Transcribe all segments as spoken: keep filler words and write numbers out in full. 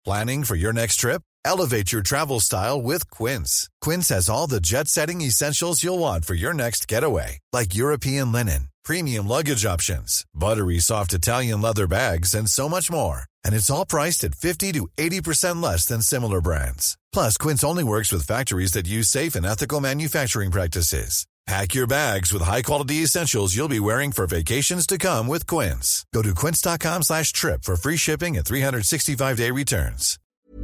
Planning for your next trip? Elevate your travel style with Quince. Quince has all the jet-setting essentials you'll want for your next getaway, like European linen, premium luggage options, buttery soft Italian leather bags, and so much more. And it's all priced at fifty to eighty percent less than similar brands. Plus, Quince only works with factories that use safe and ethical manufacturing practices. Pack your bags with high-quality essentials you'll be wearing for vacations to come with Quince. Go to quince.com slash trip for free shipping and three sixty-five day returns.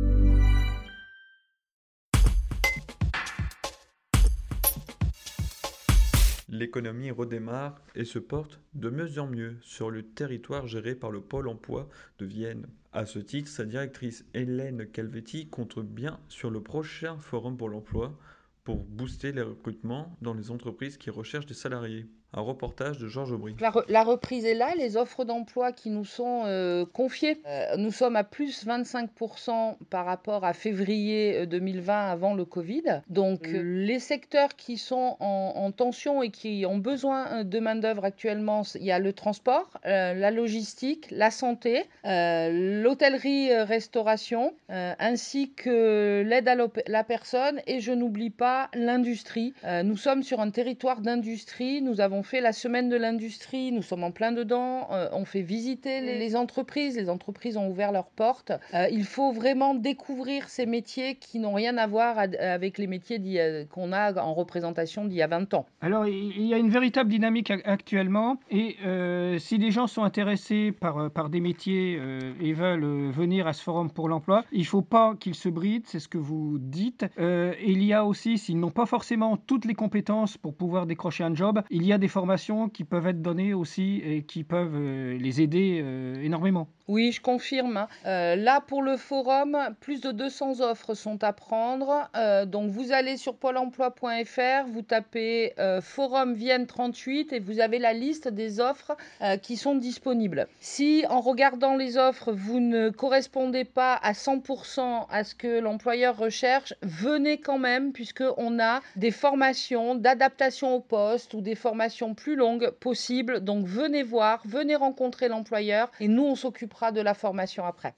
L'économie redémarre et se porte de mieux en mieux sur le territoire géré par le Pôle emploi de Vienne. À ce titre, sa directrice Hélène Calvetti compte bien sur le prochain Forum pour l'emploi pour booster les recrutements dans les entreprises qui recherchent des salariés. Un reportage de Georges Aubry. La, re- la reprise est là, les offres d'emploi qui nous sont euh, confiées. Euh, nous sommes à plus vingt-cinq pour cent par rapport à février deux mille vingt avant le Covid. Donc mmh. les secteurs qui sont en, en tension et qui ont besoin de main-d'œuvre actuellement, il y a le transport, euh, la logistique, la santé, euh, l'hôtellerie-restauration, euh, ainsi que l'aide à la personne. Et je n'oublie pas l'industrie. Euh, nous sommes sur un territoire d'industrie. Nous avons fait la semaine de l'industrie, nous sommes en plein dedans, euh, on fait visiter les, les entreprises, les entreprises ont ouvert leurs portes. Euh, il faut vraiment découvrir ces métiers qui n'ont rien à voir à, avec les métiers qu'on a en représentation d'il y a vingt ans. Alors, il y a une véritable dynamique actuellement et euh, si les gens sont intéressés par, par des métiers euh, et veulent venir à ce forum pour l'emploi, il ne faut pas qu'ils se brident, c'est ce que vous dites. Euh, il y a aussi, s'ils n'ont pas forcément toutes les compétences pour pouvoir décrocher un job, il y a des formations qui peuvent être données aussi et qui peuvent euh, les aider euh, énormément. Oui, je confirme. Euh, là, pour le forum, plus de deux cents offres sont à prendre. Euh, donc, vous allez sur pôle emploi point f r, vous tapez euh, Forum Vienne trente-huit et vous avez la liste des offres euh, qui sont disponibles. Si, en regardant les offres, vous ne correspondez pas à cent pour cent à ce que l'employeur recherche, venez quand même, puisqu'on a des formations d'adaptation au poste ou des formations plus longues possibles. Donc, venez voir, venez rencontrer l'employeur et nous, on s'occupera de la formation après.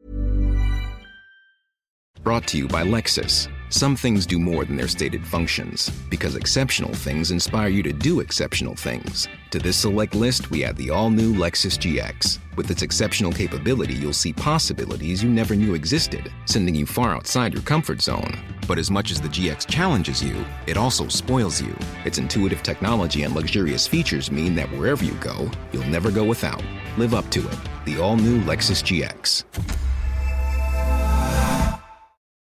Brought to you by Lexus. Some things do more than their stated functions, because exceptional things inspire you to do exceptional things. To this select list, we add the all-new Lexus G X. With its exceptional capability, you'll see possibilities you never knew existed, sending you far outside your comfort zone. But as much as the G X challenges you, it also spoils you. Its intuitive technology and luxurious features mean that wherever you go, you'll never go without. Live up to it. The all-new Lexus G X.